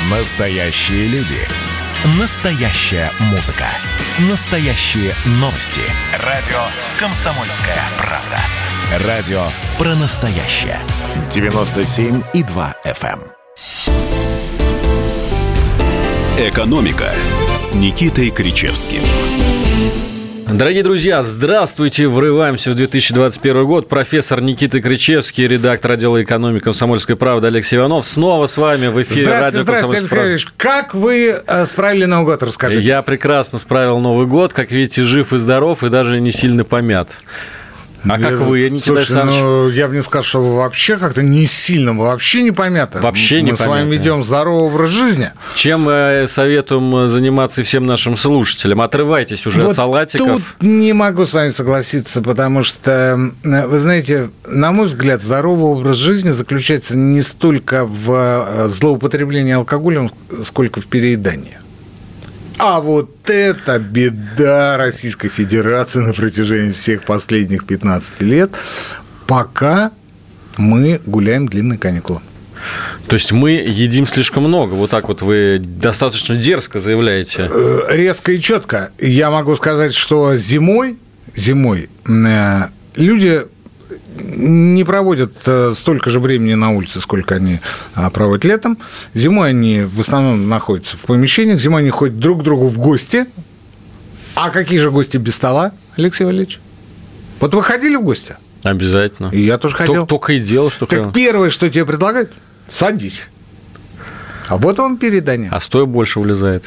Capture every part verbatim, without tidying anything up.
Настоящие люди. Настоящая музыка. Настоящие новости. Радио «Комсомольская правда». Радио про настоящее. девяносто семь и два эф эм. «Экономика» с Никитой Кричевским. Дорогие друзья, здравствуйте! Врываемся в две тысячи двадцать первый год. Профессор Никита Кричевский, редактор отдела экономики «Комсомольской правды» Алексей Иванов. Снова с вами в эфире радио «Комсомольская правда». Здравствуйте, Алексей. Как вы э, справили Новый год, расскажите. Я прекрасно справил Новый год. Как видите, жив и здоров, и даже не сильно помят. А я, как вы, Никита слушай, Александрович? Ну, я бы не сказал, что вы вообще как-то не сильно, вообще не помяты. Вообще не Мы помяты. с вами ведем здоровый образ жизни. Чем мы советуем заниматься всем нашим слушателям? Отрывайтесь уже вот от салатиков. Тут не могу с вами согласиться, потому что, вы знаете, на мой взгляд, здоровый образ жизни заключается не столько в злоупотреблении алкоголем, сколько в переедании. А вот это беда Российской Федерации на протяжении всех последних пятнадцати лет, пока мы гуляем длинные каникулы. То есть мы едим слишком много, вот так вот вы достаточно дерзко заявляете. Резко и четко. Я могу сказать, что зимой, зимой люди не проводят столько же времени на улице, сколько они проводят летом. Зимой они в основном находятся в помещениях, зимой они ходят друг к другу в гости. А какие же гости без стола, Алексей Валерьевич? Вот вы ходили в гости? Обязательно. И я тоже ходил. Только и делал, что... Так первое, что тебе предлагают, садись. А вот вам передание. А стоя больше влезает.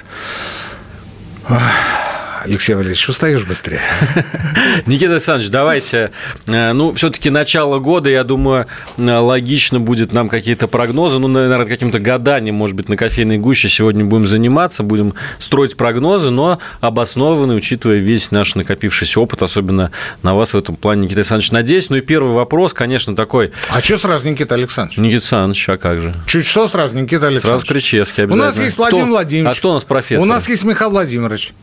Алексей Валерьевич, устаешь быстрее. Никита Александрович, давайте, ну, все-таки начало года, я думаю, логично будет нам какие-то прогнозы, ну, наверное, каким-то гаданием, может быть, на кофейной гуще сегодня будем заниматься, будем строить прогнозы, но обоснованные, учитывая весь наш накопившийся опыт, особенно на вас в этом плане, Никита Александрович, надеюсь. Ну, и первый вопрос, конечно, такой... А что сразу Никита Александрович? Никита Александрович, а как же? Чуть что сразу Никита Александрович? Сразу Кричевский, обязательно. У нас есть Владимир кто? Владимирович. А кто у нас профессор? У нас есть Михаил Владимирович.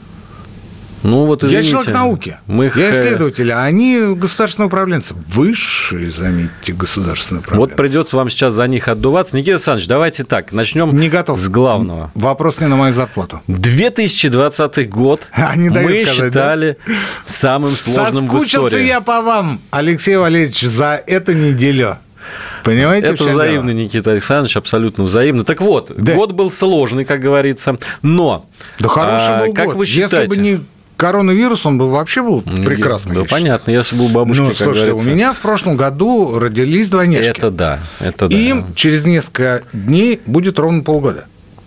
Ну, вот, извините, я человек науки, мы... я исследователь, а они государственные управленцы. Высшие, заметьте, государственные управленцы. Вот придется вам сейчас за них отдуваться. Никита Александрович, давайте так, начнем не готов. с главного. Вопрос не на мою зарплату. две тысячи двадцатый год а, не мы сказать, считали да? самым сложным в истории. Соскучился я по вам, Алексей Валерьевич, за эту неделю. Понимаете? Это взаимно, дело? Никита Александрович, абсолютно взаимно. Так вот, да. Год был сложный, как говорится, но... Да хороший а, был как год. Вы считаете? Если бы не коронавирус, он бы вообще был прекрасный. Да, понятно, если бы у бабушки, ну, как слушайте, говорится... у меня в прошлом году родились двойняшки. Это да, это да. И им через несколько дней будет ровно полгода.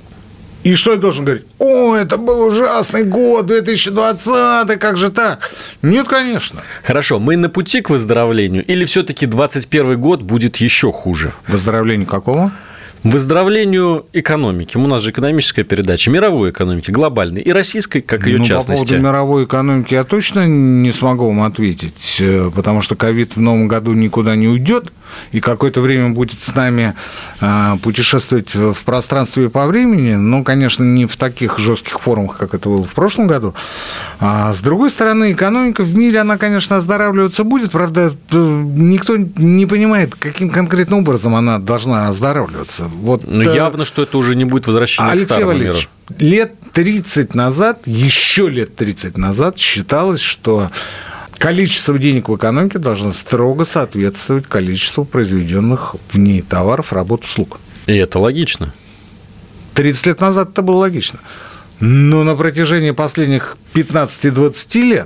И что я должен говорить? О, это был ужасный год, две тысячи двадцатый, как же так? Нет, конечно. Хорошо, мы на пути к выздоровлению или все-таки двадцать первый год будет еще хуже? Выздоровлению какого? Выздоровлению экономики. У нас же экономическая передача, мировой экономики, глобальной, и российской, как ее ну, частности. По поводу мировой экономики я точно не смогу вам ответить, потому что ковид в новом году никуда не уйдет, и какое-то время будет с нами путешествовать в пространстве и по времени, но, конечно, не в таких жестких формах, как это было в прошлом году. А с другой стороны, экономика в мире, она, конечно, оздоравливаться будет, правда, никто не понимает, каким конкретным образом она должна оздоравливаться. Вот, но явно, что это уже не будет возвращение Алексей к старому Валерьевич, миру. Лет тридцать назад, еще лет тридцать назад считалось, что количество денег в экономике должно строго соответствовать количеству произведенных в ней товаров, работ, услуг. И это логично. тридцать лет назад это было логично. Но на протяжении последних пятнадцати-двадцати лет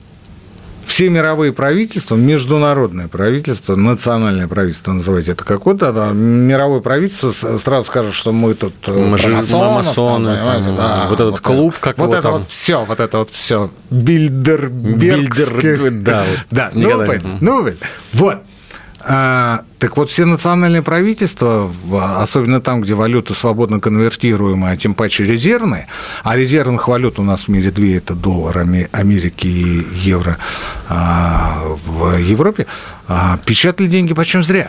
все мировые правительства, международное правительство, национальное правительство, называйте это как угодно, мировое правительство сразу скажет, что мы тут мы же масонов, там, там, да, вот этот вот клуб, как вот его это там... вот все, вот это вот все Бильдербергское, Бильдер... да, вот. да, ну вы поняли, ну вы поняли, вот. А, так вот, все национальные правительства, особенно там, где валюта свободно конвертируемая, а тем паче резервные, а резервных валют у нас в мире две, это доллар Америки и евро а, в Европе, а, печатали деньги почем зря.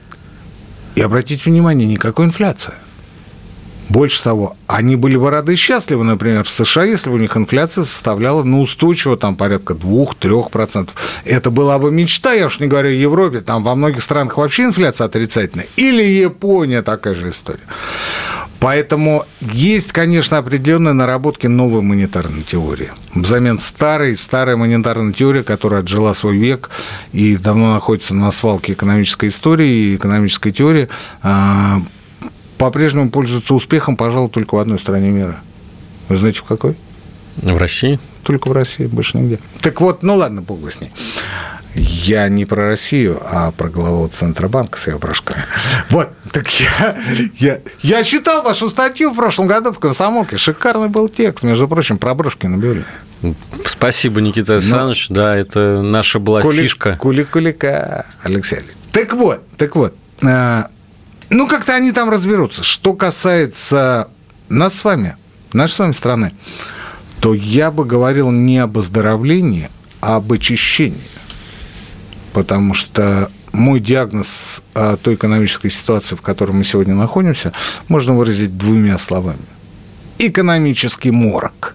И обратите внимание, никакой инфляции. Больше того, они были бы рады и счастливы, например, в США, если бы у них инфляция составляла, ну, устойчиво, там, порядка два-три процента. Это была бы мечта, я уж не говорю о Европе, там во многих странах вообще инфляция отрицательная. Или Япония, такая же история. Поэтому есть, конечно, определенные наработки новой монетарной теории. Взамен старой, старая монетарная теория, которая отжила свой век и давно находится на свалке экономической истории и экономической теории, по-прежнему пользуется успехом, пожалуй, только в одной стране мира. Вы знаете, в какой? В России. Только в России, больше нигде. Так вот, ну ладно, бог с ней. Я не про Россию, а про главу Центробанка с его брошками. Вот, так я, я, я читал вашу статью в прошлом году в «Комсомолке». Шикарный был текст, между прочим, про брошки на Бюлле. Спасибо, Никита Александрович. Но... Да, это наша была Кули, фишка. Кулик-кулика, Алексей Алексеевич. Так вот, так вот. Э, ну, как-то они там разберутся. Что касается нас с вами, нашей с вами страны, то я бы говорил не об оздоровлении, а об очищении. Потому что мой диагноз той экономической ситуации, в которой мы сегодня находимся, можно выразить двумя словами. Экономический морок.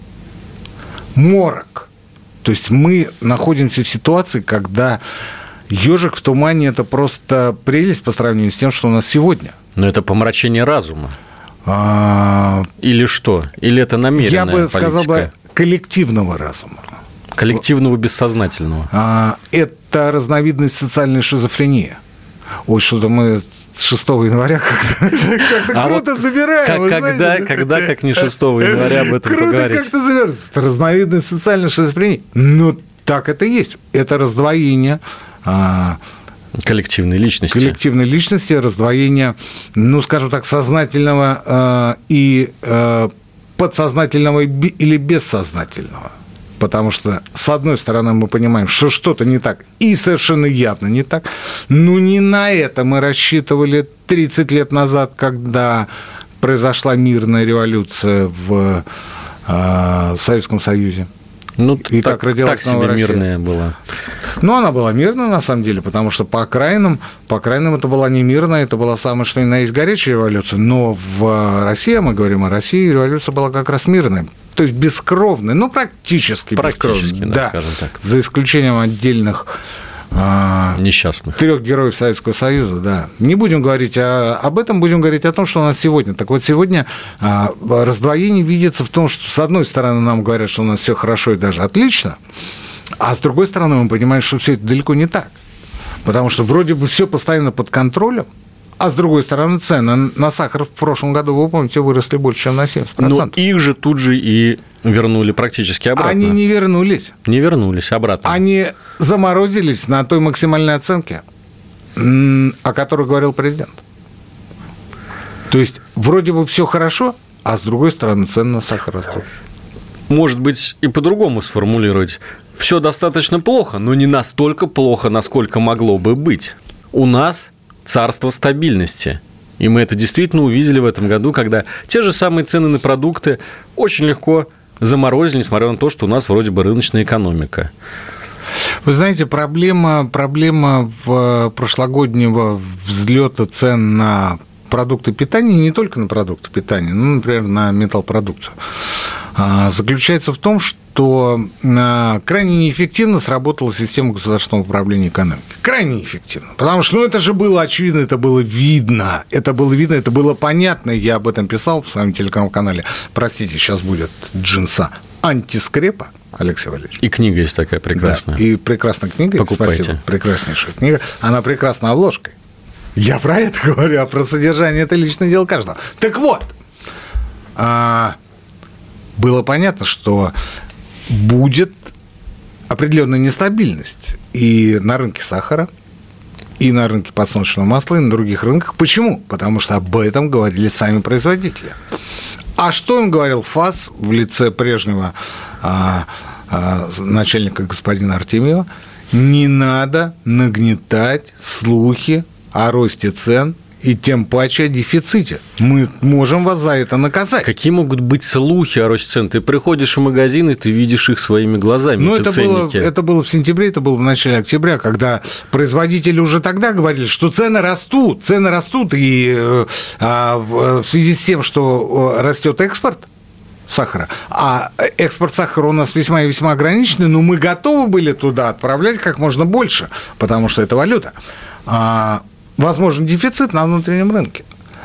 Морок. То есть мы находимся в ситуации, когда ежик в тумане – это просто прелесть по сравнению с тем, что у нас сегодня. Но это помрачение разума. А... Или что? Или это намеренная Я бы политика? сказал бы коллективного разума. Коллективного бессознательного. А, это разновидность социальной шизофрении. Ой, что-то мы с шестого января как-то, как-то а круто вот забираем. Как, когда, когда, как не шестого января об этом круто поговорить? Круто как-то забираем. Это разновидность социальной шизофрении. Ну, так это и есть. Это раздвоение... А, коллективной личности. Коллективной личности, раздвоение, ну, скажем так, сознательного э, и э, подсознательного или бессознательного. Потому что, с одной стороны, мы понимаем, что что-то не так, и совершенно явно не так. Но не на это мы рассчитывали тридцать лет назад, когда произошла мирная революция в э, Советском Союзе. Ну, и так, так родилась так себе мирная была. Ну, она была мирная, на самом деле, потому что по окраинам, по окраинам это была не мирная, это была самая, что ни на есть, горячая революция. Но в России, мы говорим о России, революция была как раз мирная. То есть бескровная, ну, практически, практически бескровная. Да, да, скажем так. За исключением отдельных... несчастных. Трех героев Советского Союза, да. Не будем говорить о, об этом, будем говорить о том, что у нас сегодня. Так вот, сегодня а, раздвоение видится в том, что, с одной стороны, нам говорят, что у нас все хорошо и даже отлично, а с другой стороны, мы понимаем, что все это далеко не так. Потому что вроде бы все постоянно под контролем, а с другой стороны, цены на сахар в прошлом году, вы помните, выросли больше, чем на семьдесят процентов. Но их же тут же и вернули практически обратно. Они не вернулись. Не вернулись обратно. Они заморозились на той максимальной оценке, о которой говорил президент. То есть, вроде бы все хорошо, а с другой стороны, цены на сахар растут. Может быть, и по-другому сформулировать. Все достаточно плохо, но не настолько плохо, насколько могло бы быть. У нас... царство стабильности. И мы это действительно увидели в этом году, когда те же самые цены на продукты очень легко заморозили, несмотря на то, что у нас вроде бы рыночная экономика. Вы знаете, проблема, проблема прошлогоднего взлета цен на продукты питания, не только на продукты питания, ну, например, на металлпродукцию, заключается в том, что крайне неэффективно сработала система государственного управления экономикой. Крайне неэффективно. Потому что, ну, это же было очевидно, это было видно. Это было видно, это было понятно. Я об этом писал в своем телеканал-канале. Простите, сейчас будет джинса антискрепа, Алексей Валерьевич. И книга есть такая прекрасная. Да, и прекрасная книга. Покупайте. Спасибо. Прекраснейшая книга. Она прекрасной обложкой. Я про это говорю, а про содержание это личное дело каждого. Так вот, было понятно, что будет определенная нестабильность и на рынке сахара, и на рынке подсолнечного масла, и на других рынках. Почему? Потому что об этом говорили сами производители. А что им говорил ФАС в лице прежнего а, а, начальника господина Артемьева? Не надо нагнетать слухи о росте цен и тем паче о дефиците. Мы можем вас за это наказать. Какие могут быть слухи о росте цен? Ты приходишь в магазин, и ты видишь их своими глазами. Ну, это было, это было в сентябре, это было в начале октября, когда производители уже тогда говорили, что цены растут, цены растут, и а, в связи с тем, что растет экспорт сахара, а экспорт сахара у нас весьма и весьма ограниченный, но мы готовы были туда отправлять как можно больше, потому что это валюта. Возможен дефицит на внутреннем рынке.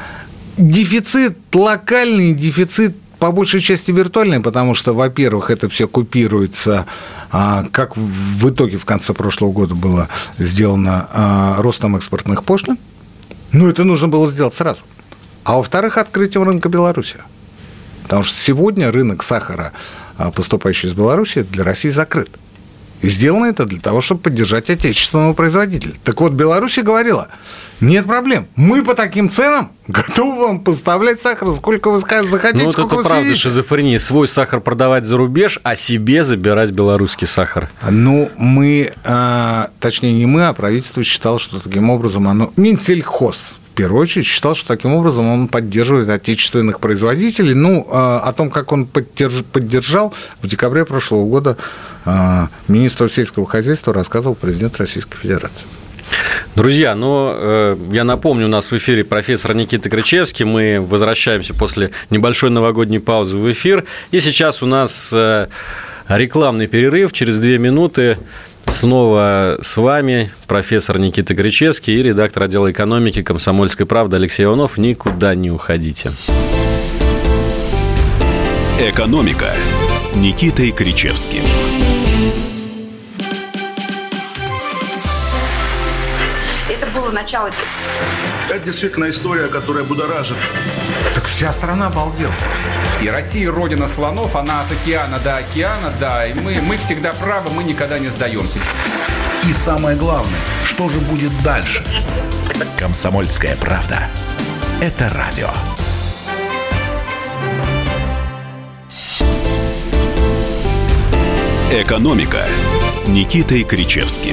дефицит локальный, дефицит по большей части виртуальный, потому что, во-первых, это все купируется, как в итоге в конце прошлого года было сделано ростом экспортных пошлин. Но это нужно было сделать сразу. А во-вторых, открытием рынка Беларуси. Потому что сегодня рынок сахара, поступающий из Беларуси, для России закрыт. И сделано это для того, чтобы поддержать отечественного производителя. Так вот, Беларусь говорила, нет проблем, мы по таким ценам готовы вам поставлять сахар, сколько вы захотите, ну, вот сколько вы это правда съедите. Шизофрения. Свой сахар продавать за рубеж, а себе забирать белорусский сахар. Ну, мы, а, точнее, не мы, а правительство считало, что таким образом оно... Минсельхоз, в первую очередь, считал, что таким образом он поддерживает отечественных производителей. Ну, о том, как он поддержал, в декабре прошлого года министр сельского хозяйства рассказывал президент Российской Федерации. Друзья, ну, э, я напомню, у нас в эфире профессор Никита Кричевский. Мы возвращаемся после небольшой новогодней паузы в эфир. И сейчас у нас э, рекламный перерыв. Через две минуты снова с вами профессор Никита Кричевский и редактор отдела экономики «Комсомольской правды» Алексей Иванов. Никуда не уходите. «Экономика» с Никитой Кричевским. Это было начало. Это действительно история, которая будоражит. Так вся страна обалдела. И Россия родина слонов, она от океана до океана, да, и мы, мы всегда правы, мы никогда не сдаемся. И самое главное, что же будет дальше? «Комсомольская правда». Это радио. «Экономика» с Никитой Кричевским.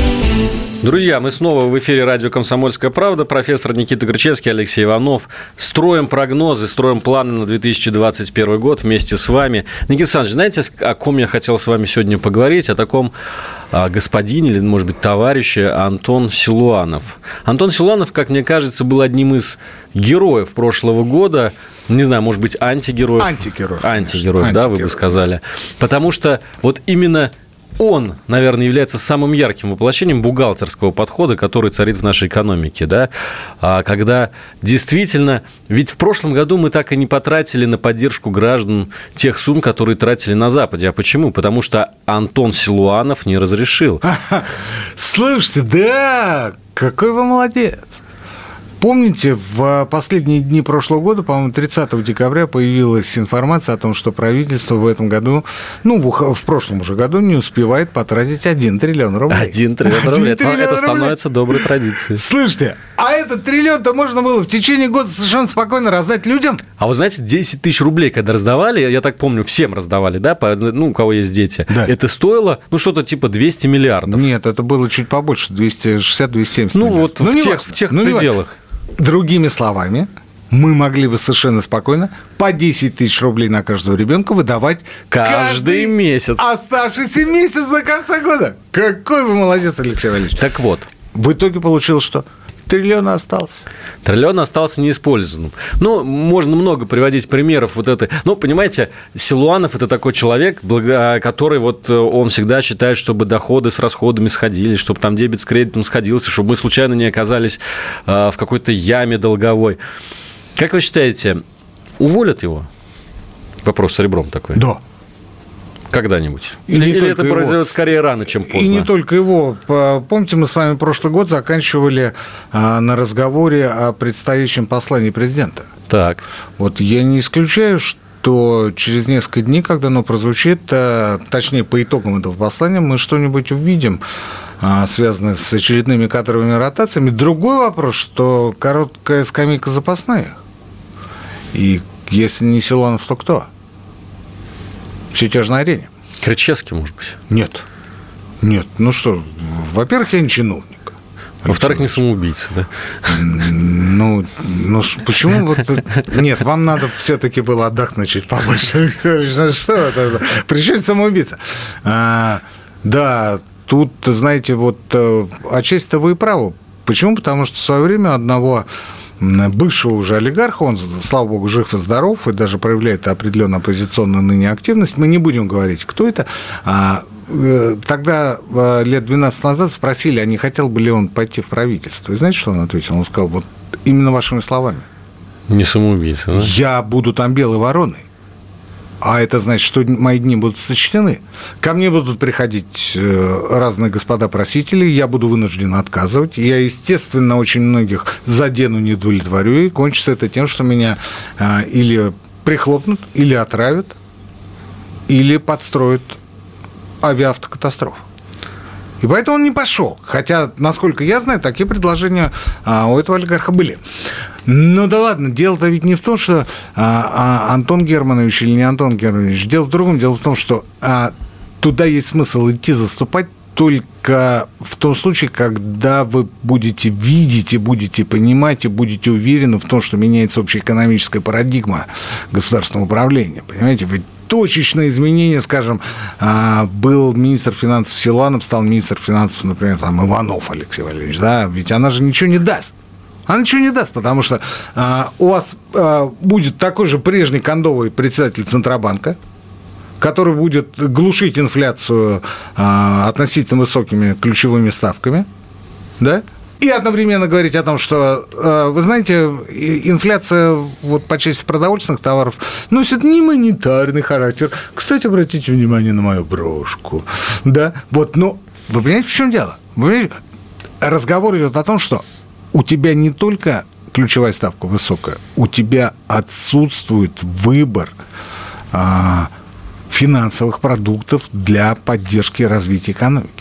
Друзья, мы снова в эфире радио «Комсомольская правда». Профессор Никита Кричевский, Алексей Иванов. Строим прогнозы, строим планы на две тысячи двадцать первый год вместе с вами. Никита Александрович, знаете, о ком я хотел с вами сегодня поговорить? О таком господине или, может быть, товарище Антон Силуанов. Антон Силуанов, как мне кажется, был одним из героев прошлого года. Не знаю, может быть, антигероев. Антигероев. Антигероев, да, вы бы сказали. Потому что вот именно... Он, наверное, является самым ярким воплощением бухгалтерского подхода, который царит в нашей экономике, да, когда действительно, ведь в прошлом году мы так и не потратили на поддержку граждан тех сумм, которые тратили на Западе. А почему? Потому что Антон Силуанов не разрешил. Слушайте, да, какой вы молодец. Помните, в последние дни прошлого года, по-моему, тридцатого декабря появилась информация о том, что правительство в этом году, ну, в, в прошлом уже году не успевает потратить один триллион рублей. Один триллион рублей. Это, это становится доброй традицией. Слышите, а этот триллион-то можно было в течение года совершенно спокойно раздать людям. А вы знаете, десять тысяч рублей, когда раздавали, я так помню, всем раздавали, да, по, ну, у кого есть дети, да. Это стоило, ну, что-то типа двести миллиардов. Нет, это было чуть побольше, двести шестьдесят - двести семьдесят ну, миллиардов. Вот ну, в, тех, в тех ну, пределах. Другими словами, мы могли бы совершенно спокойно по десять тысяч рублей на каждого ребенка выдавать каждый, каждый месяц. Оставшийся месяц до конца года. Какой вы молодец, Алексей Валерьевич. Так вот. В итоге получилось, что триллион остался. Триллион остался неиспользованным. Ну, можно много приводить примеров вот этой. Ну, понимаете, Силуанов – это такой человек, который вот он всегда считает, чтобы доходы с расходами сходились, чтобы там дебет с кредитом сходился, чтобы мы случайно не оказались в какой-то яме долговой. Как вы считаете, уволят его? Вопрос с ребром такой. Да. Когда-нибудь? Или, или это его. Произойдет скорее рано, чем поздно? И не только его. Помните, мы с вами прошлый год заканчивали на разговоре о предстоящем послании президента. Так. Вот я не исключаю, что через несколько дней, когда оно прозвучит, точнее, по итогам этого послания, мы что-нибудь увидим, связанное с очередными кадровыми ротациями. Другой вопрос, что короткая скамейка запасных. И если не Силуанов, то кто? Все те же на арене. Кричевский, может быть? Нет. Нет. Ну что, во-первых, я не чиновник. Во-вторых, не самоубийца, да? Ну, ну почему вот... Нет, вам надо все-таки было отдохнуть чуть побольше. Что это? Причем самоубийца? А, да, тут, знаете, вот отчасти вы и правы. Почему? Потому что в свое время одного... бывшего уже олигарха, он, слава богу, жив и здоров, и даже проявляет определенную оппозиционную ныне активность. Мы не будем говорить, кто это. Тогда, лет двенадцать назад, спросили, а не хотел бы ли он пойти в правительство. И знаете, что он ответил? Он сказал, вот именно вашими словами. Не самоубийца, да? Я буду там белой вороной. А это значит, что мои дни будут сочтены. Ко мне будут приходить разные господа-просители, я буду вынужден отказывать. Я, естественно, очень многих задену, не удовлетворю, и кончится это тем, что меня или прихлопнут, или отравят, или подстроят авиаавтокатастрофу. И поэтому он не пошел. Хотя, насколько я знаю, такие предложения а, у этого олигарха были. Ну да ладно, дело-то ведь не в том, что а, а, Антон Германович или не Антон Германович. Дело в другом. Дело в том, что а, туда есть смысл идти заступать только в том случае, когда вы будете видеть и будете понимать, и будете уверены в том, что меняется общеэкономическая парадигма государственного управления. Понимаете, ведь точечное изменение, скажем, был министр финансов Силанов, стал министр финансов, например, там, Иванов Алексей Валерьевич, да, ведь она же ничего не даст. Она ничего не даст, потому что а, у вас а, будет такой же прежний кондовый председатель Центробанка, который будет глушить инфляцию а, относительно высокими ключевыми ставками, да, и одновременно говорить о том, что, вы знаете, инфляция вот по части продовольственных товаров носит не монетарный характер. Кстати, обратите внимание на мою брошку. Да, вот, но вы понимаете, в чем дело? Вы понимаете? Разговор идет о том, что у тебя не только ключевая ставка высокая, у тебя отсутствует выбор а, финансовых продуктов для поддержки и развития экономики.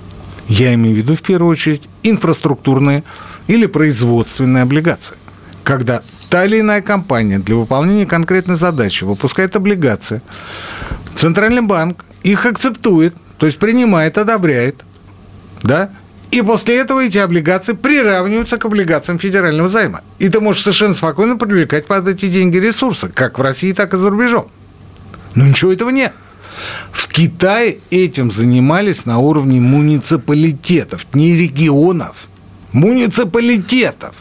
Я имею в виду, в первую очередь, инфраструктурные или производственные облигации. Когда та или иная компания для выполнения конкретной задачи выпускает облигации, Центральный банк их акцептует, то есть принимает, одобряет, да, и после этого эти облигации приравниваются к облигациям федерального займа. И ты можешь совершенно спокойно привлекать под эти деньги ресурсы, как в России, так и за рубежом. Но ничего этого нет. В Китае этим занимались на уровне муниципалитетов, не регионов, муниципалитетов.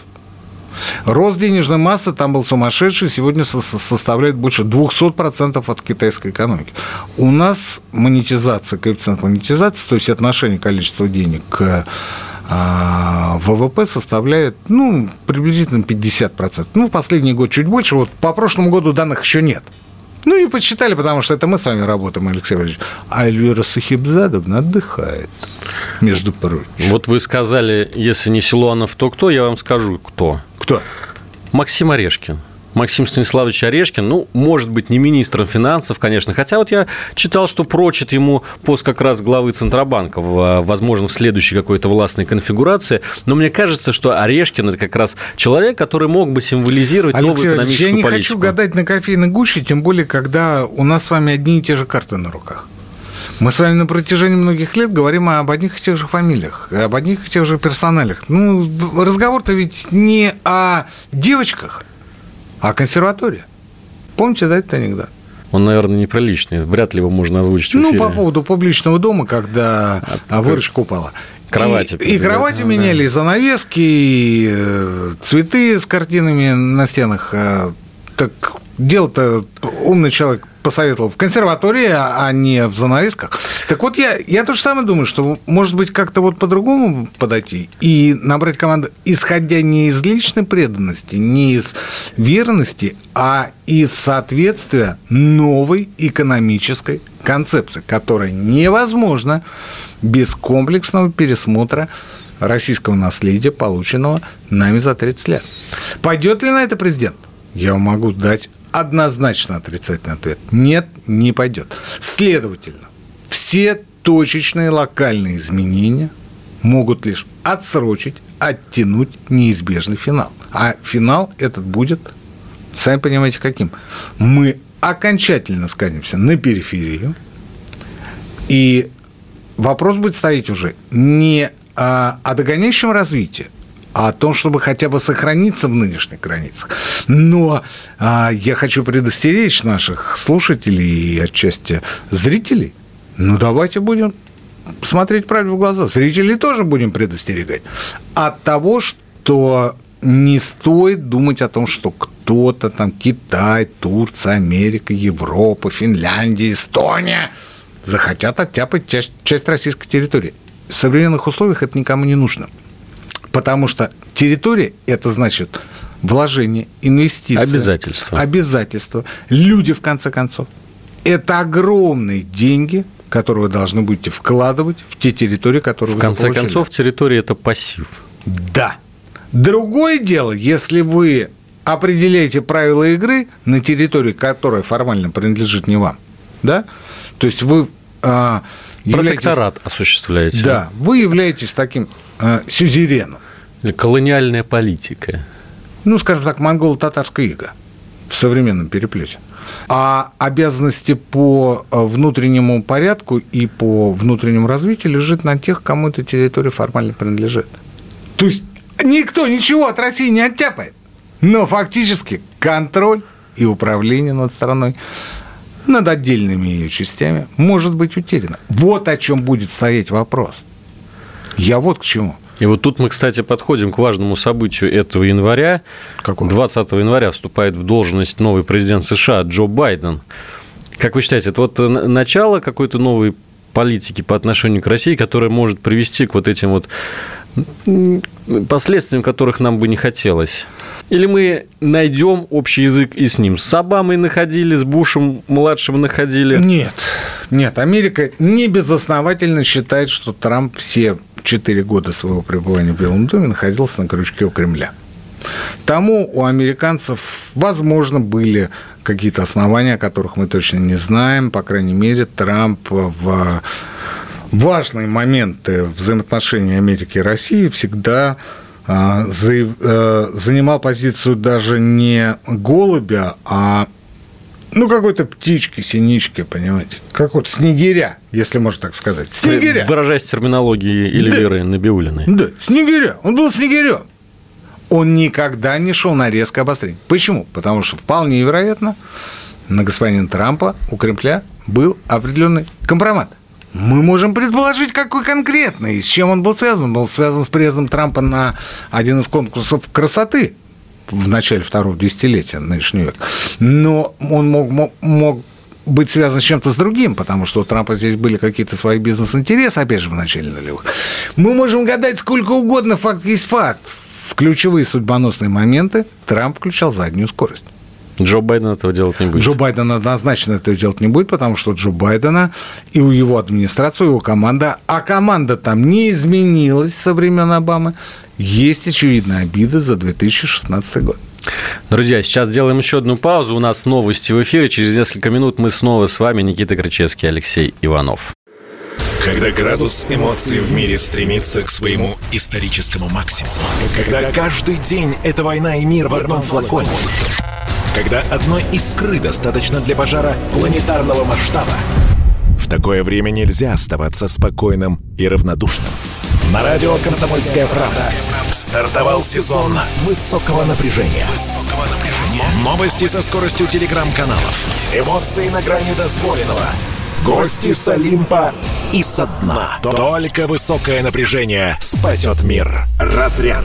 Рост денежной массы там был сумасшедший, сегодня составляет больше двести процентов от китайской экономики. У нас монетизация, коэффициент монетизации, то есть отношение количества денег к ВВП составляет, ну, приблизительно пятьдесят процентов. Ну, в последний год чуть больше, вот по прошлому году данных еще нет. Ну, и почитали, потому что это мы с вами работаем, Алексей Валерьевич. А Эльвира Сахибзадовна отдыхает, между прочим. Вот вы сказали, если не Силуанов, то кто? Я вам скажу, кто. Кто? Максим Орешкин. Максим Станиславович Орешкин, ну, может быть, не министром финансов, конечно, хотя вот я читал, что прочит ему пост как раз главы Центробанка, возможно, в следующей какой-то властной конфигурации, но мне кажется, что Орешкин – это как раз человек, который мог бы символизировать Алексей, новую экономическую я не политику. хочу гадать на кофейной гуще, тем более, когда у нас с вами одни и те же карты на руках. Мы с вами на протяжении многих лет говорим об одних и тех же фамилиях, об одних и тех же персоналях. Ну, разговор-то ведь не о девочках, а консерватория. Помните, да, этот анекдот? Он, наверное, неприличный. Вряд ли его можно озвучить в эфире. Ну, по поводу публичного дома, когда а, выручка упала. Кровати. И, и кровати меняли, да. И занавески, и цветы с картинами на стенах. Так дело-то умный человек посоветовал в консерватории, а не в занавесках. Так вот, я, я то же самое думаю, что, может быть, как-то вот по-другому подойти и набрать команду, исходя не из личной преданности, не из верности, а из соответствия новой экономической концепции, которая невозможна без комплексного пересмотра российского наследия, полученного нами за тридцать лет. Пойдет ли на это президент? Я вам могу дать однозначно отрицательный ответ. Нет, не пойдет. Следовательно, все точечные локальные изменения могут лишь отсрочить, оттянуть неизбежный финал. А финал этот будет, сами понимаете, каким. Мы окончательно скатимся на периферию, и вопрос будет стоять уже не о, о догоняющем развитии, а о том, чтобы хотя бы сохраниться в нынешних границах. Но а, я хочу предостеречь наших слушателей и отчасти зрителей. Ну, давайте будем смотреть правде в глаза. Зрителей тоже будем предостерегать от того, что не стоит думать о том, что кто-то там, Китай, Турция, Америка, Европа, Финляндия, Эстония захотят оттяпать часть, часть российской территории. В современных условиях это никому не нужно. Потому что территория – это значит вложения, инвестиции. Обязательства. Обязательства. Люди, в конце концов. Это огромные деньги, которые вы должны будете вкладывать в те территории, которые в вы заполучили. В конце концов, территория – это пассив. Да. Другое дело, если вы определяете правила игры на территории, которая формально принадлежит не вам, да, то есть вы а, протекторат являетесь, осуществляете. Да, вы являетесь таким а, сюзереном. Или колониальная политика. Ну, скажем так, монголо-татарская ига в современном переплете. А обязанности по внутреннему порядку и по внутреннему развитию лежат на тех, кому эта территория формально принадлежит. То есть никто ничего от России не оттяпает, но фактически контроль и управление над страной, над отдельными ее частями может быть утеряно. Вот о чем будет стоять вопрос. Я вот к чему. И вот тут мы, кстати, подходим к важному событию этого января. Какого? двадцатого января вступает в должность новый президент США Джо Байден. Как вы считаете, это вот начало какой-то новой политики по отношению к России, которая может привести к вот этим вот последствиям, которых нам бы не хотелось? Или мы найдем общий язык и с ним? С Обамой находили, с Бушем-младшим находили? Нет, нет. Америка небезосновательно считает, что Трамп все четыре года своего пребывания в Белом доме находился на крючке у Кремля. Тому у американцев, возможно, были какие-то основания, о которых мы точно не знаем. По крайней мере, Трамп в важные моменты взаимоотношений Америки и России всегда занимал позицию даже не голубя, а ну, какой-то птички, синички, понимаете, как вот снегиря, если можно так сказать. Снегиря. Выражаясь терминологией Эльвиры да. Набиуллиной. Да, снегиря. Он был снегирем. Он никогда не шел на резкое обострение. Почему? Потому что вполне вероятно, на господина Трампа у Кремля был определенный компромат. Мы можем предположить, какой конкретно и с чем он был связан. Он был связан с приездом Трампа на один из конкурсов красоты в начале второго десятилетия нынешнего века. Но он мог, мог, мог быть связан с чем-то с другим, потому что у Трампа здесь были какие-то свои бизнес-интересы, опять же, в начале нулевых. Мы можем гадать сколько угодно, факт есть факт. В ключевые судьбоносные моменты Трамп включал заднюю скорость. Джо Байден этого делать не будет. Джо Байден однозначно этого делать не будет, потому что Джо Байдена и у его администрации, у его команда, а команда там не изменилась со времен Обамы, есть очевидная обида за две тысячи шестнадцатый год. Друзья, сейчас делаем еще одну паузу. У нас новости в эфире. Через несколько минут мы снова с вами. Никита Кричевский, Алексей Иванов. Когда градус эмоций в мире стремится к своему историческому максимуму. Когда каждый день — это война и мир в одном флаконе. Когда одной искры достаточно для пожара планетарного масштаба. В такое время нельзя оставаться спокойным и равнодушным. На радио «Комсомольская правда» стартовал сезон высокого напряжения. Новости со скоростью телеграм-каналов. Эмоции на грани дозволенного. Гости с Олимпа и со дна. Только высокое напряжение спасет мир. Разряд.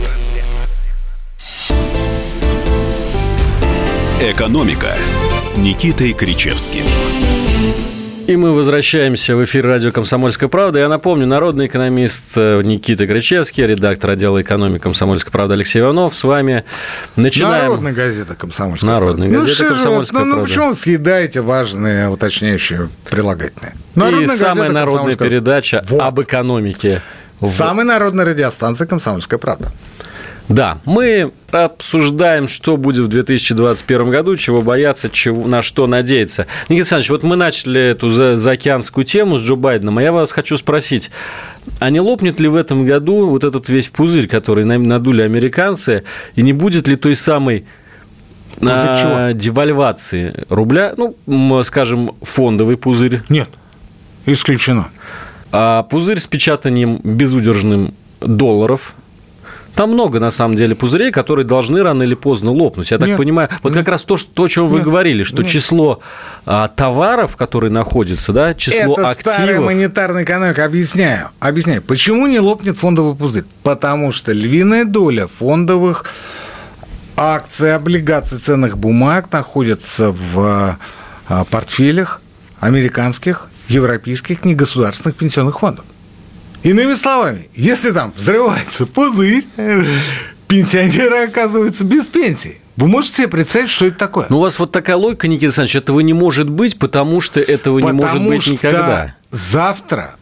«Экономика» с Никитой Кричевским. И мы возвращаемся в эфир радио «Комсомольская правда». Я напомню, народный экономист Никита Кричевский, редактор отдела экономики «Комсомольской правды» Алексей Иванов. С вами начинаем. Народная газета «Комсомольская Народная правда». газета ну, «Комсомольская ну, правда». Ну, почему вы съедаете важные уточняющие прилагательные? Народная и самая народная передача вот. Об экономике. Самая народная радиостанция «Комсомольская правда». Да, мы обсуждаем, что будет в две тысячи двадцать первом году, чего бояться, чего, на что надеяться. Никита Александрович, вот мы начали эту за, заокеанскую тему с Джо Байденом, а я вас хочу спросить, а не лопнет ли в этом году вот этот весь пузырь, который надули американцы, и не будет ли той самой а, девальвации рубля, ну, скажем, фондовый пузырь? Нет, исключено. А пузырь с печатанием безудержным долларов? Там много, на самом деле, пузырей, которые должны рано или поздно лопнуть. Я так нет, понимаю, вот нет, как раз то, что, о чем нет, вы говорили, что нет. число а, товаров, которые находятся, да, число это активов... Это старая монетарная экономика. Объясняю. Объясняю. Почему не лопнет фондовый пузырь? Потому что львиная доля фондовых акций, облигаций, ценных бумаг находится в портфелях американских, европейских негосударственных пенсионных фондов. Иными словами, если там взрывается пузырь, пенсионеры оказываются без пенсии. Вы можете себе представить, что это такое? Ну, у вас вот такая логика, Никита Александрович, этого не может быть, потому что этого потому не может быть никогда. Завтра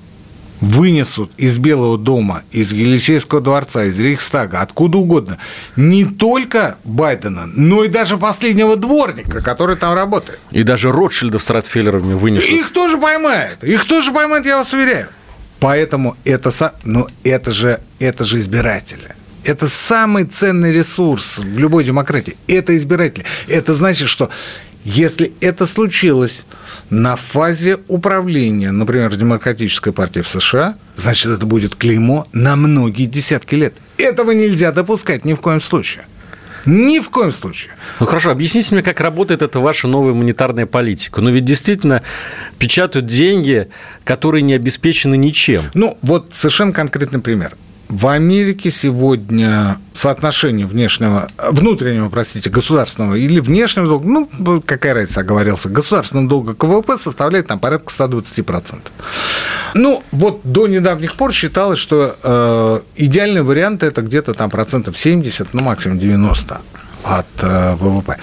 вынесут из Белого дома, из Елисейского дворца, из Рейхстага, откуда угодно, не только Байдена, но и даже последнего дворника, который там работает. И даже Ротшильдов с Ротфеллерами вынесут. Их тоже поймают, их тоже поймают, я вас уверяю. Поэтому это, ну, это, же, это же избиратели. Это самый ценный ресурс в любой демократии. Это избиратели. Это значит, что если это случилось на фазе управления, например, Демократической партии в США, значит, это будет клеймо на многие десятки лет. Этого нельзя допускать ни в коем случае. Ни в коем случае. Ну хорошо, объясните мне, как работает эта ваша новая монетарная политика. Ну ведь действительно печатают деньги, которые не обеспечены ничем. Ну вот совершенно конкретный пример. В Америке сегодня соотношение внешнего, внутреннего, простите, государственного или внешнего долга, ну, какая разница, оговорился, государственного долга к ВВП составляет там порядка сто двадцать процентов. Ну, вот до недавних пор считалось, что э, идеальный вариант – это где-то там процентов семьдесят, ну, максимум девяносто от э, ВВП.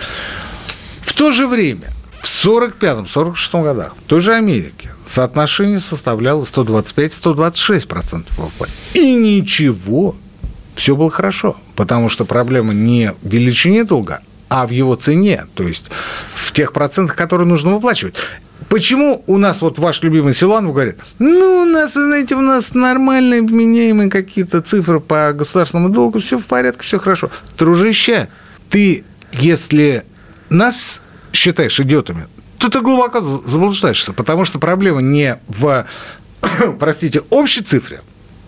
В то же время в сорок пятом - сорок шестом годах в той же Америке соотношение составляло сто двадцать пять - сто двадцать шесть процентов ВВП. И ничего, все было хорошо, потому что проблема не в величине долга, а в его цене, то есть в тех процентах, которые нужно выплачивать. Почему у нас вот ваш любимый Силуанов говорит, ну, у нас, вы знаете, у нас нормальные, вменяемые какие-то цифры по государственному долгу, все в порядке, все хорошо. Дружище, ты, если нас считаешь идиотами, то ты глубоко заблуждаешься, потому что проблема не в, простите, общей цифре,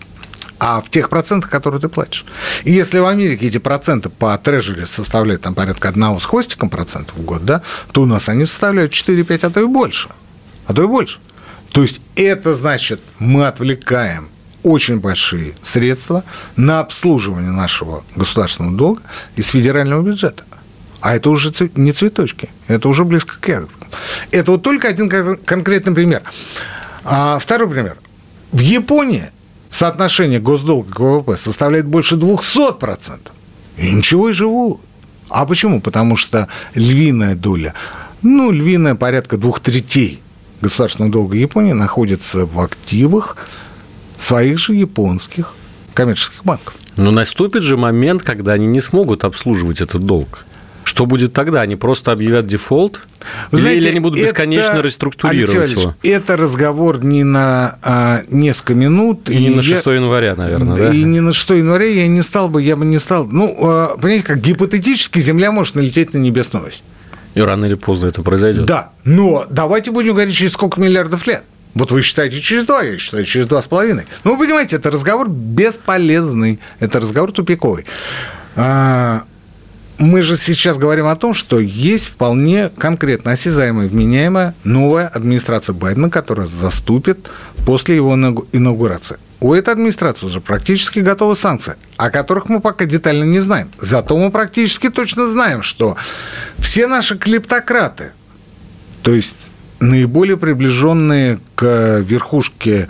а в тех процентах, которые ты платишь. И если в Америке эти проценты по трежери составляют там порядка одного с хвостиком процентов в год, да, то у нас они составляют четыре-пять, а то и больше. А то и больше. То есть это значит, мы отвлекаем очень большие средства на обслуживание нашего государственного долга из федерального бюджета. А это уже не цветочки, это уже близко к ягодкам. Это вот только один конкретный пример. А второй пример. В Японии соотношение госдолга к ВВП составляет больше двести процентов. И ничего, и живут. А почему? Потому что львиная доля, ну, львиная порядка двух третей государственного долга Японии находится в активах своих же японских коммерческих банков. Но наступит же момент, когда они не смогут обслуживать этот долг. Что будет тогда? Они просто объявят дефолт? Или, знаете, или они будут бесконечно это, реструктурировать его? Это разговор не на а, несколько минут. И, и не на шестого января, наверное, да? И не на шестого января я не стал бы, я бы не стал... Ну, а, понимаете, как гипотетически Земля может налететь на небесную ось. И рано или поздно это произойдет. Да, но давайте будем говорить, через сколько миллиардов лет. Вот вы считаете через два, я считаю через два с половиной. Ну, вы понимаете, это разговор бесполезный, это разговор тупиковый. А, мы же сейчас говорим о том, что есть вполне конкретно осязаемая, вменяемая новая администрация Байдена, которая заступит после его инаугурации. У этой администрации уже практически готовы санкции, о которых мы пока детально не знаем. Зато мы практически точно знаем, что все наши клептократы, то есть наиболее приближенные к верхушке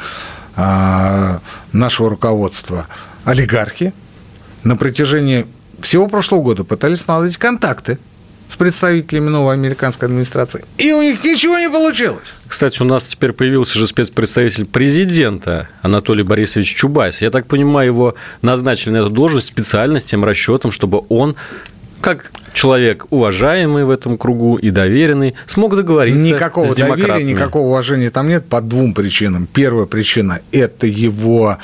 а, нашего руководства олигархи, на протяжении всего прошлого года пытались наладить контакты с представителями новой американской администрации. И у них ничего не получилось. Кстати, у нас теперь появился же спецпредставитель президента Анатолий Борисович Чубайс. Я так понимаю, его назначили на эту должность специально с тем расчетом, чтобы он, как человек уважаемый в этом кругу и доверенный, смог договориться никакого с демократами. Доверия, никакого уважения там нет по двум причинам. Первая причина – это его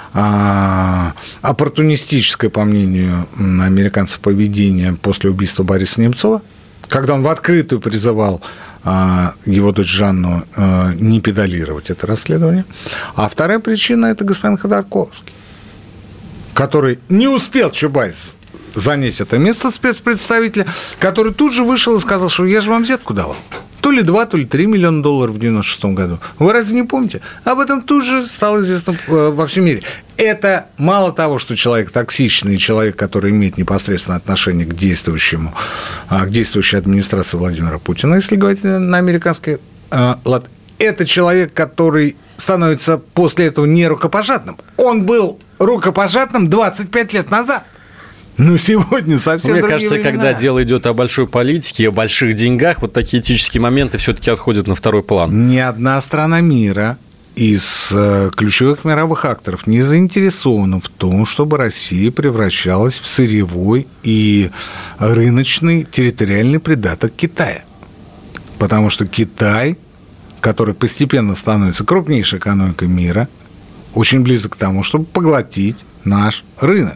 а, оппортунистическое, по мнению американцев, поведение после убийства Бориса Немцова, когда он в открытую призывал а, его дочь Жанну а, не педалировать это расследование. А вторая причина – это господин Ходорковский, который не успел, Чубайс, занять это место спецпредставителя, который тут же вышел и сказал, что я же вам взятку давал. То ли два, то ли три миллиона долларов в девяносто шестом году. Вы разве не помните? Об этом тут же стало известно во всем мире. Это мало того, что человек токсичный, человек, который имеет непосредственное отношение к действующему, к действующей администрации Владимира Путина, если говорить на американский лад, это человек, который становится после этого не рукопожатным. Он был рукопожатным двадцать пять лет назад. Но сегодня совсем Мне другие кажется, времена. когда дело идет о большой политике, о больших деньгах, вот такие этические моменты все-таки отходят на второй план. Ни одна страна мира из э, ключевых мировых акторов не заинтересована в том, чтобы Россия превращалась в сырьевой и рыночный территориальный придаток Китая. Потому что Китай, который постепенно становится крупнейшей экономикой мира, очень близок к тому, чтобы поглотить наш рынок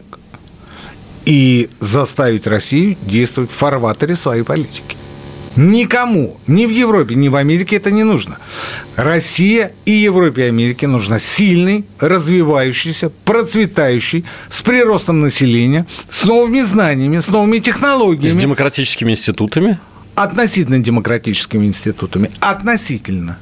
и заставить Россию действовать в фарватере своей политики. Никому, ни в Европе, ни в Америке это не нужно. Россия и Европе и Америке нужна сильный, развивающийся, процветающий, с приростом населения, с новыми знаниями, с новыми технологиями. С демократическими институтами? Относительно демократическими институтами. Относительно.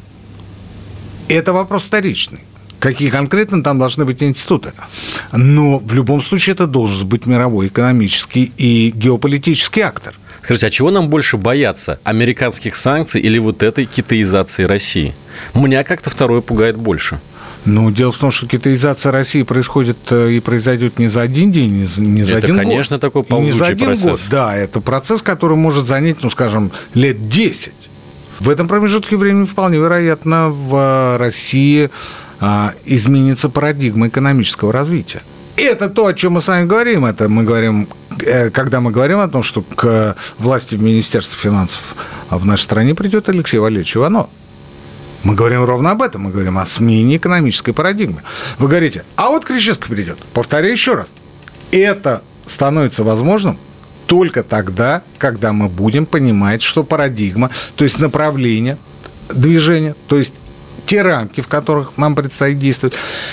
Это вопрос вторичный. Какие конкретно там должны быть институты. Но в любом случае это должен быть мировой экономический и геополитический актор. Скажите, а чего нам больше бояться? Американских санкций или вот этой китаизации России? Меня как-то второе пугает больше. Ну, дело в том, что китаизация России происходит и произойдет не за один день, не за, не за это, один конечно, год. такой ползучий не за один процесс. год, да, это процесс, который может занять, ну, скажем, лет десять. В этом промежутке времени вполне вероятно в России а, изменится парадигма экономического развития. Это то, о чем мы с вами говорим. Это мы говорим, когда мы говорим о том, что к власти в Министерстве финансов в нашей стране придет Алексей Валерьевич Иванов. Мы говорим ровно об этом. Мы говорим о смене экономической парадигмы. Вы говорите, а вот Кричевский придет. Повторяю еще раз. Это становится возможным только тогда, когда мы будем понимать, что парадигма, то есть направление движения, то есть те рамки, в которых нам предстоит действовать,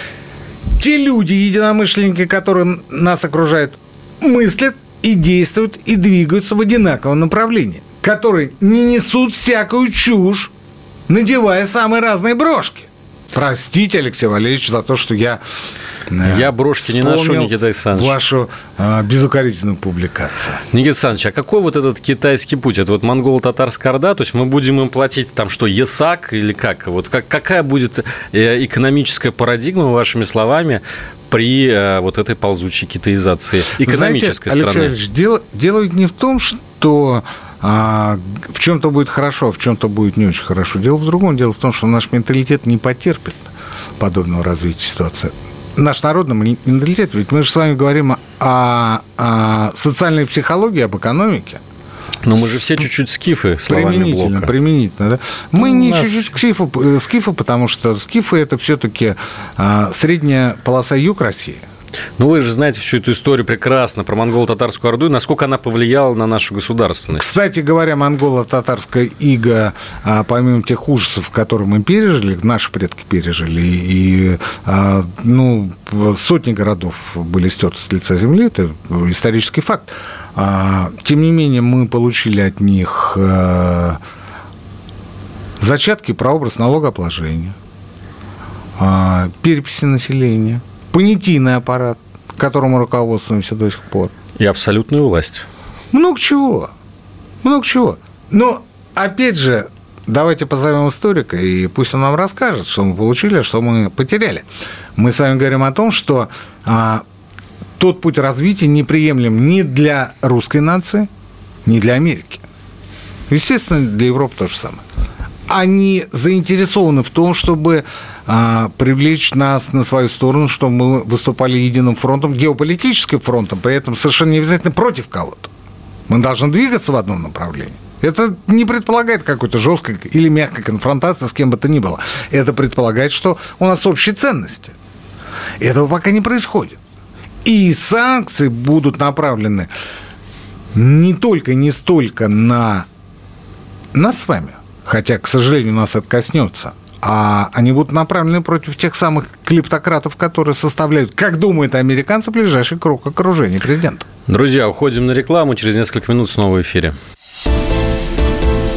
те люди, единомышленники, которые нас окружают, мыслят и действуют, и двигаются в одинаковом направлении, которые не несут всякую чушь, надевая самые разные брошки. Простите, Алексей Валерьевич, за то, что я... Я брошки не ношу, Никита Александрович. Вашу а, безукоризненную публикацию. Никита Александрович, а какой вот этот китайский путь? Это вот монголо-татарская орда? То есть мы будем им платить там что, ЕСАК или как? Вот как, какая будет экономическая парадигма, вашими словами, при вот этой ползучей китаизации экономической Знаете, страны? Алексей Валерьевич, дело, дело ведь не в том, что а, в чем-то будет хорошо, а в чем-то будет не очень хорошо. Дело в другом. Дело в том, что наш менталитет не потерпит подобного развития ситуации. Наш народный менталитет, ведь мы же с вами говорим о, о социальной психологии, об экономике. Но мы же все чуть-чуть скифы, словами применительно, Блока. Применительно, да. Мы У не нас... чуть-чуть скифы, скифы, потому что скифы – это все-таки а, средняя полоса юг России. Ну, вы же знаете всю эту историю прекрасно про монголо-татарскую орду и насколько она повлияла на нашу государственность. Кстати говоря, монголо-татарская ига, а, помимо тех ужасов, которые мы пережили, наши предки пережили, и а, ну, сотни городов были стерты с лица земли, это исторический факт. А, тем не менее, мы получили от них а, зачатки, прообраз налогообложения, а, переписи населения, понятийный аппарат, которому руководствуемся до сих пор. И абсолютную власть. Много чего. Много чего. Но, опять же, давайте позовем историка, и пусть он нам расскажет, что мы получили, а что мы потеряли. Мы с вами говорим о том, что а, тот путь развития неприемлем ни для русской нации, ни для Америки. Естественно, для Европы то же самое. Они заинтересованы в том, чтобы а, привлечь нас на свою сторону, чтобы мы выступали единым фронтом, геополитическим фронтом, при этом совершенно не обязательно против кого-то. Мы должны двигаться в одном направлении. Это не предполагает какой-то жесткой или мягкой конфронтации с кем бы то ни было. Это предполагает, что у нас общие ценности. Этого пока не происходит. И санкции будут направлены не только, не столько на нас с вами, хотя, к сожалению, нас это коснется, а они будут направлены против тех самых клептократов, которые составляют, как думают американцы, ближайший круг окружения президента. Друзья, уходим на рекламу. Через несколько минут снова в эфире.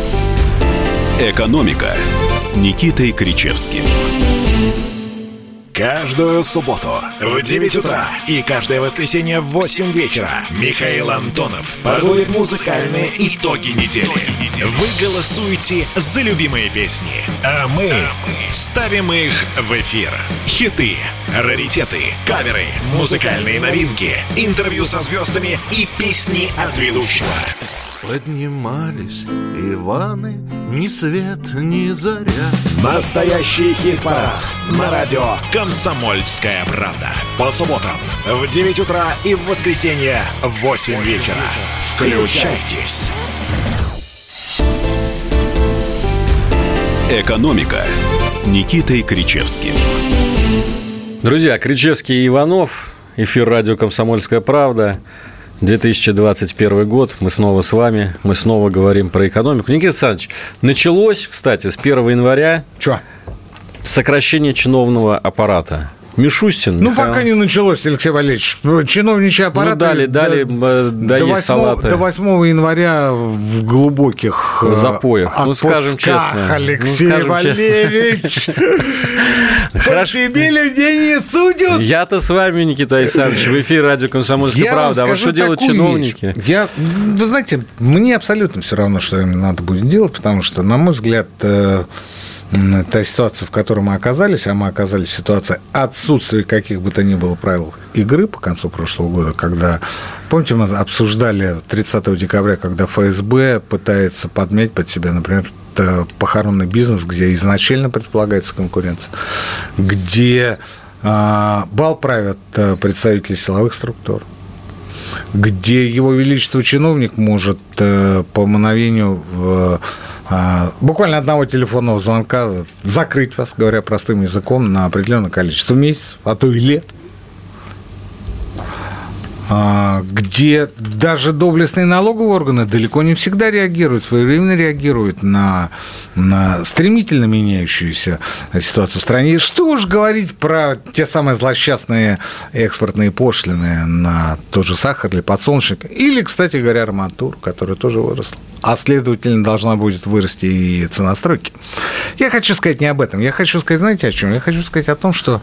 «Экономика» с Никитой Кричевским. Каждую субботу в девять утра и каждое воскресенье в восемь вечера Михаил Антонов подводит музыкальные итоги недели. Вы голосуете за любимые песни, а мы ставим их в эфир. Хиты, раритеты, каверы, музыкальные новинки, интервью со звездами и песни от ведущего. Поднимались Иваны, ни свет, ни заря. Настоящий хит-парад на радио «Комсомольская правда». По субботам в девять утра и в воскресенье в восемь вечера. Включайтесь. «Экономика» с Никитой Кричевским. Друзья, Кричевский и Иванов. Эфир радио «Комсомольская правда». две тысячи двадцать первый год, мы снова с вами, мы снова говорим про экономику. Никита Александрович, началось, кстати, с первого января Чё? сокращение чиновного аппарата. Мишустин. Ну, Михаил... пока не началось, Алексей Валерьевич. Чиновничий аппарат... Ну, дали, дали, до, доесть салаты. До восьмого января в глубоких запоях. Отпусках, ну, скажем честно. Алексей ну, скажем Валерьевич. По себе людей не судят. Я-то с вами, Никита Александрович, в эфире радио «Комсомольская правда». А вот что делают чиновники? Я, вы знаете, мне абсолютно все равно, что им надо будет делать, потому что, на мой взгляд... Та ситуация, в которой мы оказались, а мы оказались в ситуации отсутствия каких бы то ни было правил игры по концу прошлого года, когда, помните, мы обсуждали тридцатого декабря, когда эф эс бэ пытается подмять под себя, например, похоронный бизнес, где изначально предполагается конкуренция, где э, бал правят представители силовых структур, где его величество чиновник может э, по мановению э, буквально одного телефонного звонка закрыть вас, говоря простым языком, на определенное количество месяцев, а то и лет, где даже доблестные налоговые органы далеко не всегда реагируют, своевременно реагируют на, на стремительно меняющуюся ситуацию в стране. Что уж говорить про те самые злосчастные экспортные пошлины на тот же сахар или подсолнечник, или, кстати говоря, арматуру, которая тоже выросла. А, следовательно, должна будет вырасти и цена стройки. Я хочу сказать не об этом. Я хочу сказать, знаете, о чем? Я хочу сказать о том, что...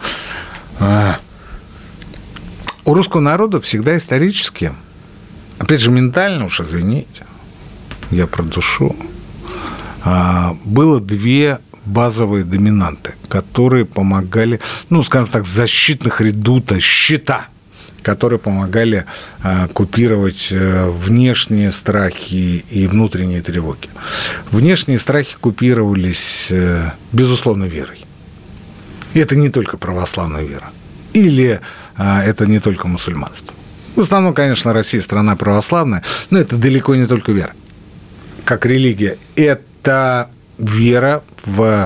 У русского народа всегда исторически, опять же, ментально уж, извините, я про душу, было две базовые доминанты, которые помогали, ну, скажем так, защитных редута, щита, которые помогали купировать внешние страхи и внутренние тревоги. Внешние страхи купировались, безусловно, верой. И это не только православная вера. Или это не только мусульманство. В основном, конечно, Россия страна православная, но это далеко не только вера. Как религия. Это вера в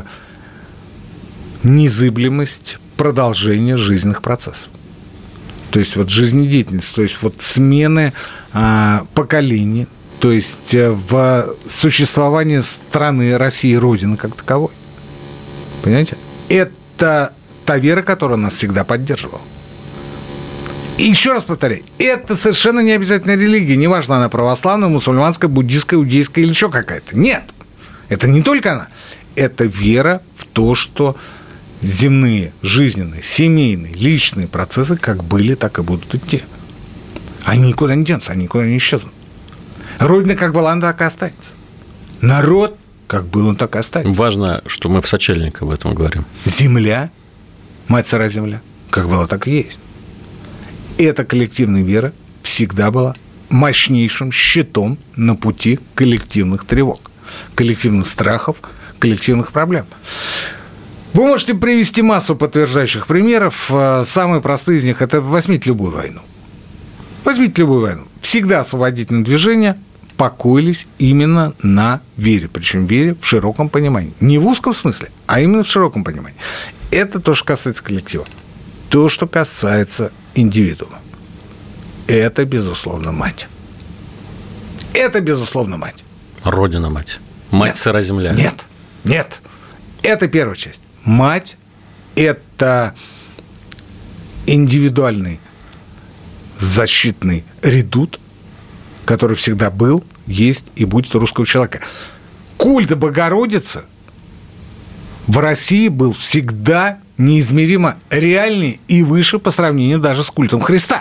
незыблемость продолжения жизненных процессов. То есть вот жизнедеятельность, то есть вот смены а, поколений, то есть в существовании страны, России, Родины как таковой. Понимаете? Это та вера, которая нас всегда поддерживала. И еще раз повторяю, это совершенно не обязательно религия, неважно, она православная, мусульманская, буддийская, иудейская или еще какая-то. Нет, это не только она. Это вера в то, что земные, жизненные, семейные, личные процессы как были, так и будут идти. Они никуда не денутся, они никуда не исчезнут. Родина как была, она так и останется. Народ как был, он так и останется. Важно, что мы в сочельник об этом говорим. Земля, мать сыра земля, как была, так и есть. Эта коллективная вера всегда была мощнейшим щитом на пути коллективных тревог, коллективных страхов, коллективных проблем. Вы можете привести массу подтверждающих примеров. Самые простые из них – это возьмите любую войну. Возьмите любую войну. Всегда освободительные движения покоились именно на вере, причем вере в широком понимании. Не в узком смысле, а именно в широком понимании. Это то, что касается коллектива. То, что касается индивидуума. Это, безусловно, мать. Это, безусловно, мать. Родина-мать. Мать сыра земля. Нет, нет. Это первая часть. Мать – это индивидуальный защитный редут, который всегда был, есть и будет у русского человека. Культ Богородицы в России был всегда неизмеримо реальнее и выше по сравнению даже с культом Христа.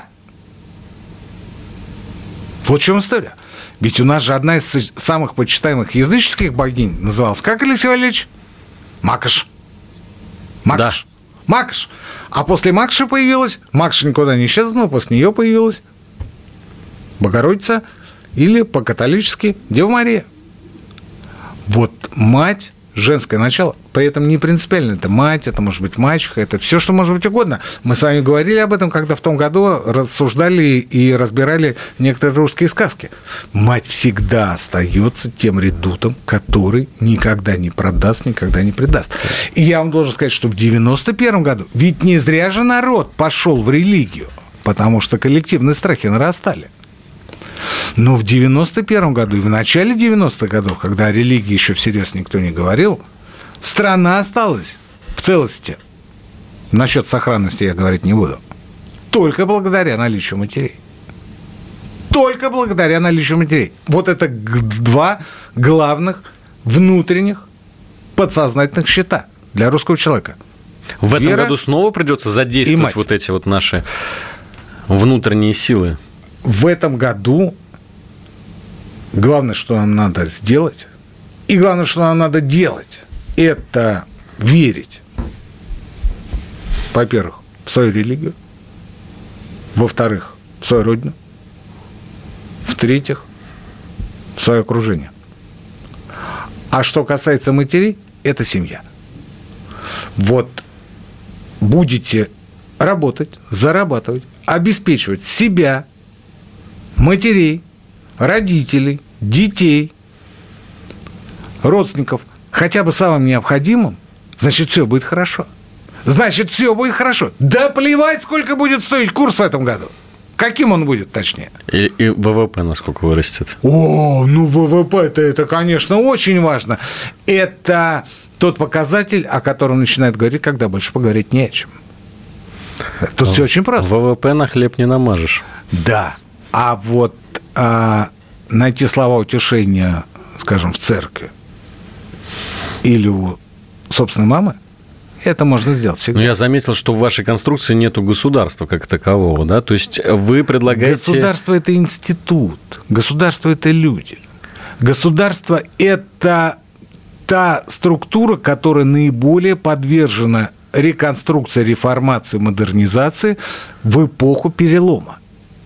Вот в чем история. Ведь у нас же одна из самых почитаемых языческих богинь называлась, как, Алексей Валерьевич? Макаш. Макаш. Да. Макаш. А после Макаши появилась, Макаша никуда не исчезла, но после нее появилась Богородица или по-католически Дева Мария. Вот мать, женское начало, при этом не принципиально, это мать, это может быть мачеха, это все, что может быть угодно. Мы с вами говорили об этом, когда в том году рассуждали и разбирали некоторые русские сказки. Мать всегда остается тем редутом, который никогда не продаст, никогда не предаст. И я вам должен сказать, что в девяносто первом году, ведь не зря же народ пошел в религию, потому что коллективные страхи нарастали. Но в девяносто первом году и в начале девяностых годов, когда о религии еще всерьез никто не говорил, страна осталась в целости. Насчет сохранности я говорить не буду. Только благодаря наличию матерей. Только благодаря наличию матерей. Вот это два главных внутренних подсознательных щита для русского человека. В этом Вера году снова придется задействовать вот эти вот наши внутренние силы. В этом году главное, что нам надо сделать, и главное, что нам надо делать, это верить, во-первых, в свою религию, во-вторых, в свою родину, в-третьих, в свое окружение. А что касается матерей, это семья. Вот будете работать, зарабатывать, обеспечивать себя, матерей, родителей, детей, родственников хотя бы самым необходимым, значит, все будет хорошо. Значит, все будет хорошо. Да плевать, сколько будет стоить курс в этом году. Каким он будет, точнее. И, и ВВП насколько вырастет. О, ну ВВП-то это, конечно, очень важно. Это тот показатель, о котором начинают говорить, когда больше поговорить не о чем. Тут все очень просто. ВВП на хлеб не намажешь. Да. А вот а, найти слова утешения, скажем, в церкви или у собственной мамы, это можно сделать всегда. Но я заметил, что в вашей конструкции нету государства как такового, да? То есть вы предлагаете... Государство – это институт, государство – это люди. Государство – это та структура, которая наиболее подвержена реконструкции, реформации, модернизации в эпоху перелома.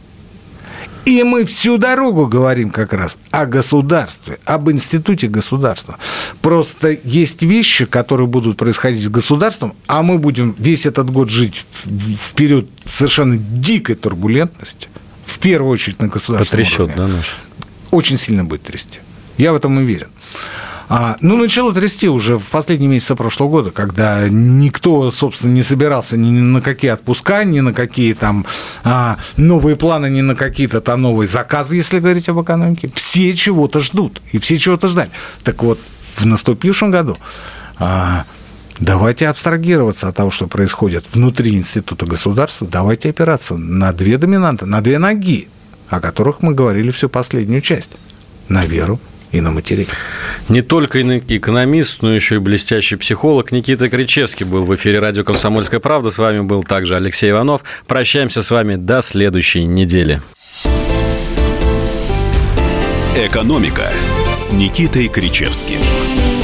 И мы всю дорогу говорим как раз о государстве, об институте государства. Просто есть вещи, которые будут происходить с государством, а мы будем весь этот год жить в, в период совершенно дикой турбулентности, в первую очередь на государственном Потрясет, уровне. Да, наш? Очень сильно будет трясти. Я в этом уверен. А, ну, начало трясти уже в последние месяцы прошлого года, когда никто, собственно, не собирался ни на какие отпуска, ни на какие там а, новые планы, ни на какие-то там новые заказы, если говорить об экономике. Все чего-то ждут, и все чего-то ждали. Так вот, в наступившем году а, давайте абстрагироваться от того, что происходит внутри института государства, давайте опираться на две доминанты, на две ноги, о которых мы говорили всю последнюю часть, на веру и на матерей. Не только экономист, но еще и блестящий психолог Никита Кричевский был в эфире радио «Комсомольская правда». С вами был также Алексей Иванов. Прощаемся с вами до следующей недели. «Экономика» с Никитой Кричевским.